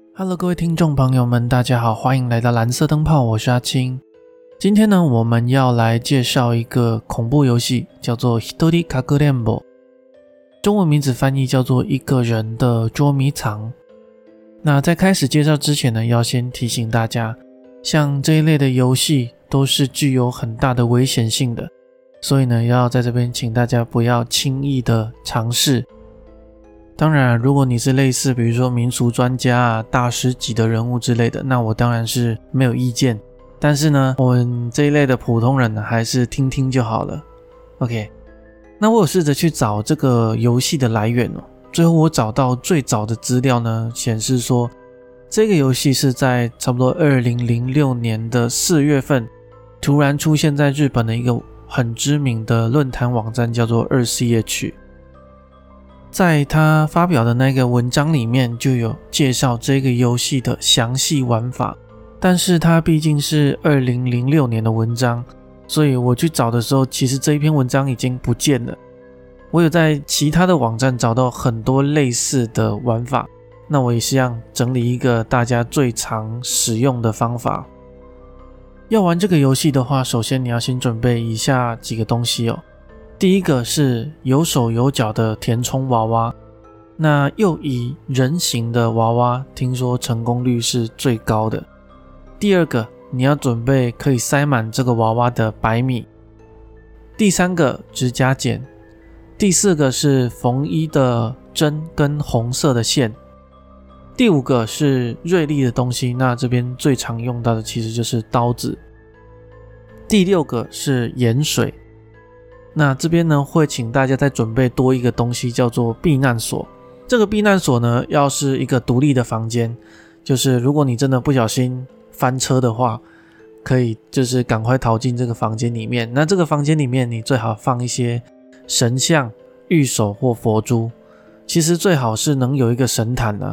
Hello， 各位听众朋友们，大家好，欢迎来到蓝色灯泡，我是阿青。今天呢，我们要来介绍一个恐怖游戏，叫做 Hitori Kakurenbo， 中文名字翻译叫做一个人的捉迷藏。那在开始介绍之前呢，要先提醒大家，像这一类的游戏都是具有很大的危险性的，所以呢，要在这边请大家不要轻易的尝试。当然，如果你是类似比如说民俗专家啊、大师级的人物之类的，那我当然是没有意见。但是呢，我们这一类的普通人呢，还是听听就好了。OK， 那我有试着去找这个游戏的来源哦。最后我找到最早的资料呢，显示说这个游戏是在差不多2006年的4月份，突然出现在日本的一个很知名的论坛网站，叫做 2CH。在他发表的那个文章里面就有介绍这个游戏的详细玩法，但是它毕竟是2006年的文章，所以我去找的时候，其实这一篇文章已经不见了。我有在其他的网站找到很多类似的玩法，那我也是想整理一个大家最常使用的方法。要玩这个游戏的话，首先你要先准备以下几个东西哦。第一个是有手有脚的填充娃娃，那又以人形的娃娃，听说成功率是最高的。第二个，你要准备可以塞满这个娃娃的白米。第三个，指甲剪。第四个是缝衣的针跟红色的线。第五个是锐利的东西，那这边最常用到的其实就是刀子。第六个是盐水。那这边呢，会请大家再准备多一个东西，叫做避难所。这个避难所呢，要是一个独立的房间，就是如果你真的不小心翻车的话，可以就是赶快逃进这个房间里面。那这个房间里面，你最好放一些神像、玉手或佛珠，其实最好是能有一个神坛啊。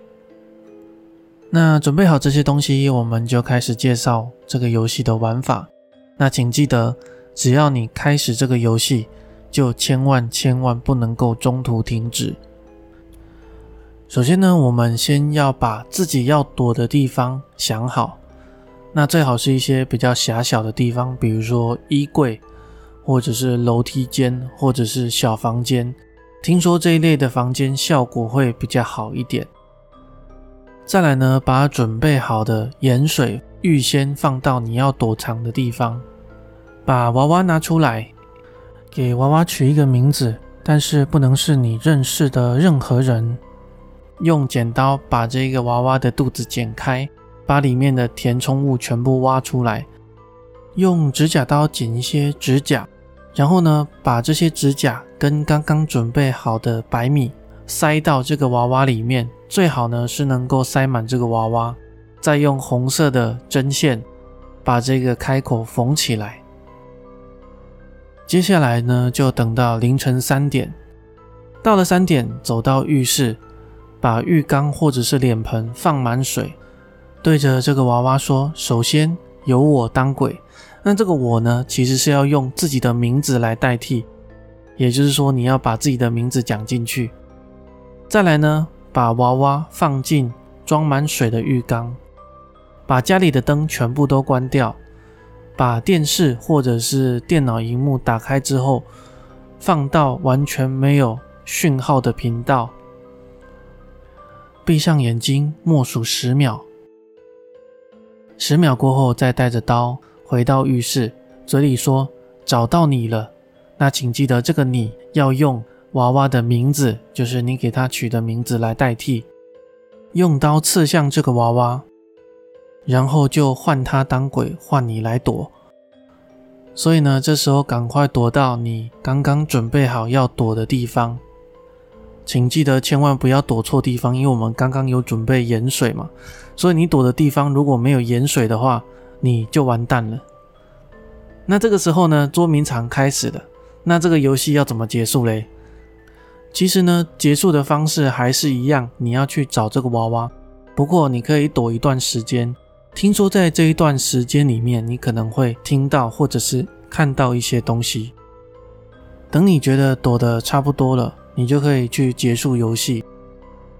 那准备好这些东西，我们就开始介绍这个游戏的玩法。那请记得，只要你开始这个游戏，就千万不能够中途停止。首先呢，我们先要把自己要躲的地方想好，那最好是一些比较狭小的地方，比如说衣柜，或者是楼梯间，或者是小房间。听说这一类的房间效果会比较好一点。再来呢，把准备好的盐水预先放到你要躲藏的地方。把娃娃拿出来，给娃娃取一个名字，但是不能是你认识的任何人。用剪刀把这个娃娃的肚子剪开，把里面的填充物全部挖出来。用指甲刀剪一些指甲，然后呢，把这些指甲跟刚刚准备好的白米塞到这个娃娃里面，最好呢是能够塞满这个娃娃。再用红色的针线把这个开口缝起来。接下来呢，就等到凌晨3点。到了3点，走到浴室，把浴缸或者是脸盆放满水，对着这个娃娃说：首先由我当鬼。那这个我呢，其实是要用自己的名字来代替，也就是说你要把自己的名字讲进去。再来呢，把娃娃放进装满水的浴缸，把家里的灯全部都关掉，把电视或者是电脑萤幕打开之后，放到完全没有讯号的频道。闭上眼睛，默数10秒。10秒过后，再带着刀回到浴室，嘴里说：找到你了。那请记得这个你要用娃娃的名字，就是你给他取的名字来代替。用刀刺向这个娃娃，然后就换他当鬼，换你来躲。所以呢，这时候赶快躲到你刚刚准备好要躲的地方。请记得千万不要躲错地方，因为我们刚刚有准备盐水嘛，所以你躲的地方如果没有盐水的话，你就完蛋了。那这个时候呢，捉迷藏开始了。那这个游戏要怎么结束嘞？其实呢，结束的方式还是一样，你要去找这个娃娃，不过你可以躲一段时间。听说在这一段时间里面，你可能会听到或者是看到一些东西。等你觉得躲得差不多了，你就可以去结束游戏。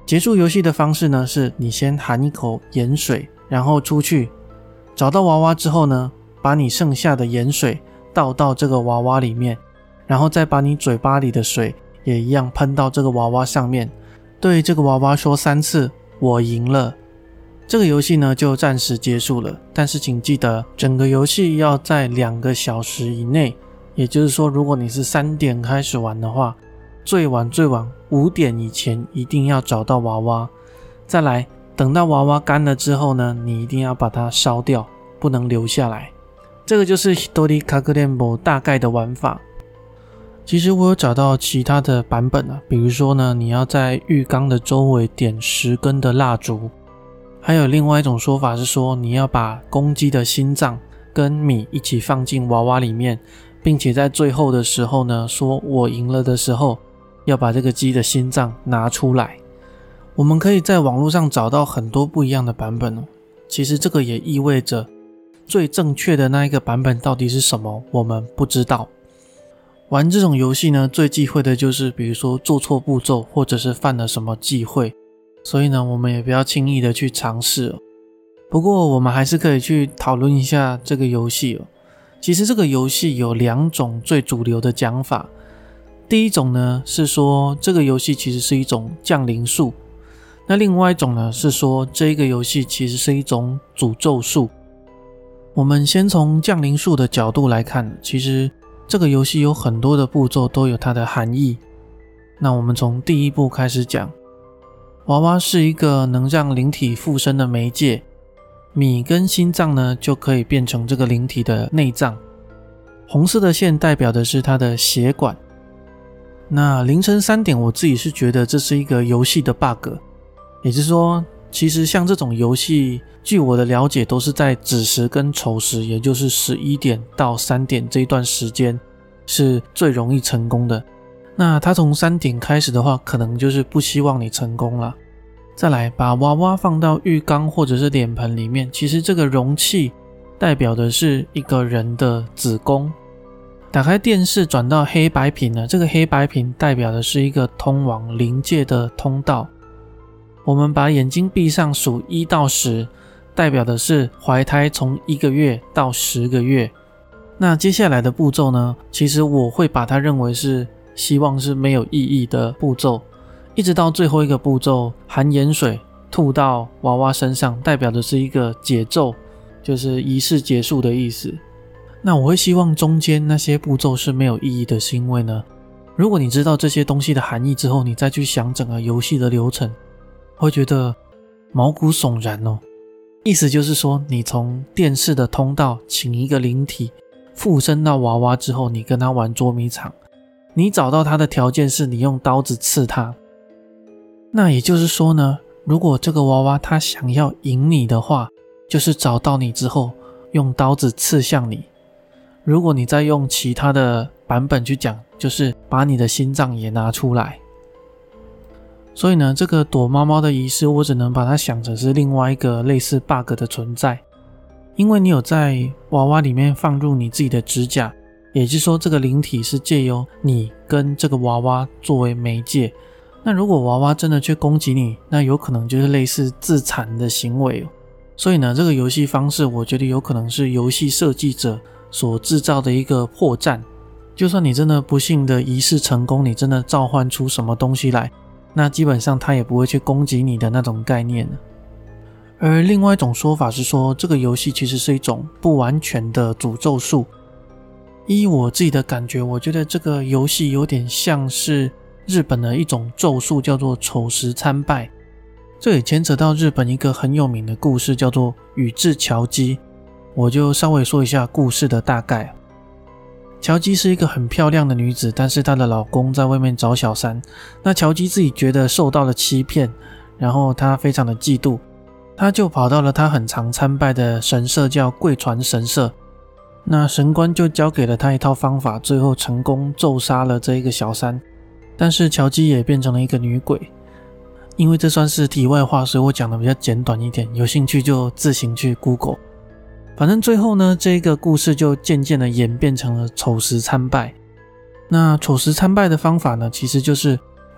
结束游戏的方式呢，是你先含一口盐水，然后出去找到娃娃之后呢，把你剩下的盐水倒到这个娃娃里面，然后再把你嘴巴里的水也一样喷到这个娃娃上面，对这个娃娃说3次我赢了。这个游戏呢就暂时结束了，但是请记得整个游戏要在2个小时以内，也就是说如果你是3点开始玩的话，最晚5点以前一定要找到娃娃。再来等到娃娃干了之后呢，你一定要把它烧掉，不能留下来。这个就是Hitori Kakurenbo大概的玩法。其实我有找到其他的版本啊，比如说呢，你要在浴缸的周围点10根的蜡烛，还有另外一种说法是说，你要把公鸡的心脏跟米一起放进娃娃里面，并且在最后的时候呢，说我赢了的时候，要把这个鸡的心脏拿出来。我们可以在网络上找到很多不一样的版本哦。其实这个也意味着最正确的那一个版本到底是什么，我们不知道。玩这种游戏呢，最忌讳的就是比如说做错步骤，或者是犯了什么忌讳，所以呢，我们也不要轻易的去尝试哦。不过我们还是可以去讨论一下这个游戏哦。其实这个游戏有2种最主流的讲法。第一种呢是说这个游戏其实是一种降临术，那另外一种呢是说这个游戏其实是一种诅咒术。我们先从降临术的角度来看，其实这个游戏有很多的步骤都有它的含义。那我们从第一步开始讲。娃娃是一个能让灵体附身的媒介，米跟心脏呢就可以变成这个灵体的内脏。红色的线代表的是它的血管。那凌晨3点我自己是觉得这是一个游戏的 bug， 也就是说其实像这种游戏据我的了解都是在子时跟丑时，也就是11点到3点这一段时间是最容易成功的。那他从3点开始的话，可能就是不希望你成功了。再来把娃娃放到浴缸或者是脸盆里面，其实这个容器代表的是一个人的子宫。打开电视转到黑白屏呢，这个黑白屏代表的是一个通往灵界的通道。我们把眼睛闭上数1到10，代表的是怀胎从1个月到10个月。那接下来的步骤呢，其实我会把它认为是希望是没有意义的步骤，一直到最后一个步骤含盐水吐到娃娃身上，代表的是一个解咒，就是仪式结束的意思。那我会希望中间那些步骤是没有意义的，是因为呢，如果你知道这些东西的含义之后，你再去想整个游戏的流程，会觉得毛骨悚然哦。意思就是说，你从电视的通道请一个灵体附身到娃娃之后，你跟他玩捉迷藏，你找到他的条件是你用刀子刺他。那也就是说呢，如果这个娃娃他想要赢你的话，就是找到你之后用刀子刺向你。如果你再用其他的版本去讲，就是把你的心脏也拿出来。所以呢，这个躲猫猫的仪式我只能把它想成是另外一个类似 bug 的存在。因为你有在娃娃里面放入你自己的指甲，也就是说这个灵体是借由你跟这个娃娃作为媒介。那如果娃娃真的去攻击你，那有可能就是类似自残的行为哦。所以呢，这个游戏方式我觉得有可能是游戏设计者所制造的一个破绽。就算你真的不幸的仪式成功，你真的召唤出什么东西来，那基本上他也不会去攻击你的那种概念了。而另外一种说法是说，这个游戏其实是一种不完全的诅咒术。依我自己的感觉，我觉得这个游戏有点像是日本的一种咒术，叫做丑时参拜。这也牵扯到日本一个很有名的故事，叫做宇治乔姬。我就稍微说一下故事的大概。乔姬是一个很漂亮的女子，但是她的老公在外面找小三。那乔姬自己觉得受到了欺骗，然后她非常的嫉妒，她就跑到了她很常参拜的神社，叫贵船神社。那神官就教给了她一套方法，最后成功咒杀了这一个小三。但是乔姬也变成了一个女鬼。因为这算是题外话，所以我讲的比较简短一点，有兴趣就自行去 Google。 反正最后呢，这个故事就渐渐的演变成了丑时参拜。那丑时参拜的方法呢，其实就是把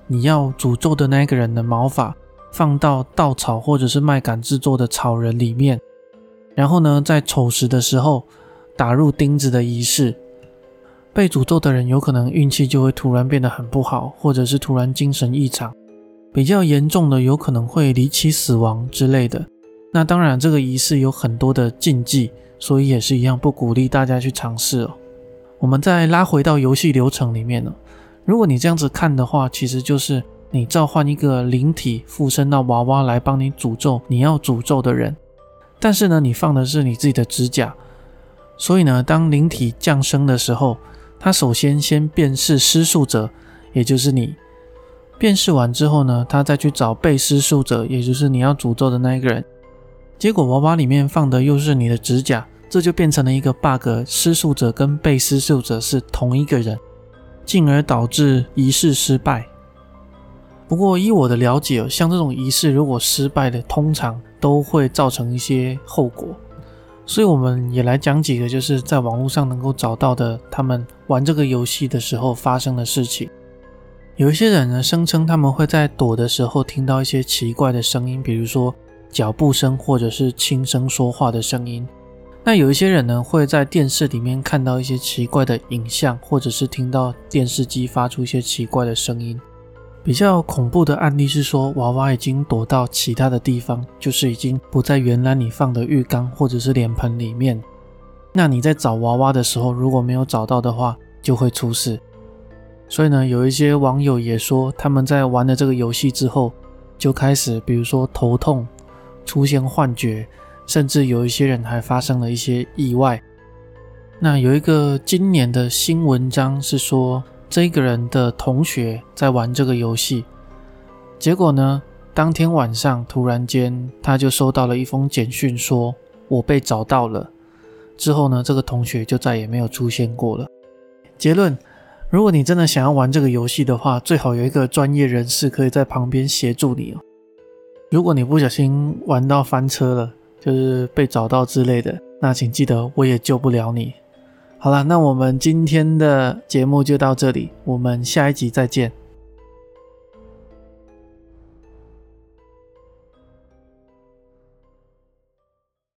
你要诅咒的那个人的毛发放到稻草或者是麦秆制作的草人里面，然后呢，在丑时的时候打入钉子的仪式。被诅咒的人有可能运气就会突然变得很不好，或者是突然精神异常，比较严重的有可能会离奇死亡之类的。那当然这个仪式有很多的禁忌，所以也是一样不鼓励大家去尝试哦。我们再拉回到游戏流程里面如果你这样子看的话，其实就是你召唤一个灵体附身到娃娃来帮你诅咒你要诅咒的人，但是呢，你放的是你自己的指甲，所以呢，当灵体降生的时候，他首先辨识施术者，也就是你。辨识完之后呢，他再去找被施术者，也就是你要诅咒的那一个人。结果娃娃里面放的又是你的指甲，这就变成了一个 bug， 施术者跟被施术者是同一个人，进而导致仪式失败。不过依我的了解，像这种仪式如果失败的，通常都会造成一些后果。所以我们也来讲几个就是在网络上能够找到的他们玩这个游戏的时候发生的事情。有一些人呢声称他们会在躲的时候听到一些奇怪的声音，比如说脚步声或者是轻声说话的声音。那有一些人呢会在电视里面看到一些奇怪的影像，或者是听到电视机发出一些奇怪的声音。比较恐怖的案例是说，娃娃已经躲到其他的地方，就是已经不在原来你放的浴缸或者是脸盆里面。那你在找娃娃的时候，如果没有找到的话，就会出事。所以呢，有一些网友也说，他们在玩了这个游戏之后，就开始比如说头痛、出现幻觉，甚至有一些人还发生了一些意外。那有一个今年的新文章是说，这个人的同学在玩这个游戏，结果呢，当天晚上突然间他就收到了一封简讯说我被找到了，之后呢，这个同学就再也没有出现过了。结论，如果你真的想要玩这个游戏的话，最好有一个专业人士可以在旁边协助你如果你不小心玩到翻车了，就是被找到之类的，那请记得我也救不了你。好了，那我们今天的节目就到这里，我们下一集再见。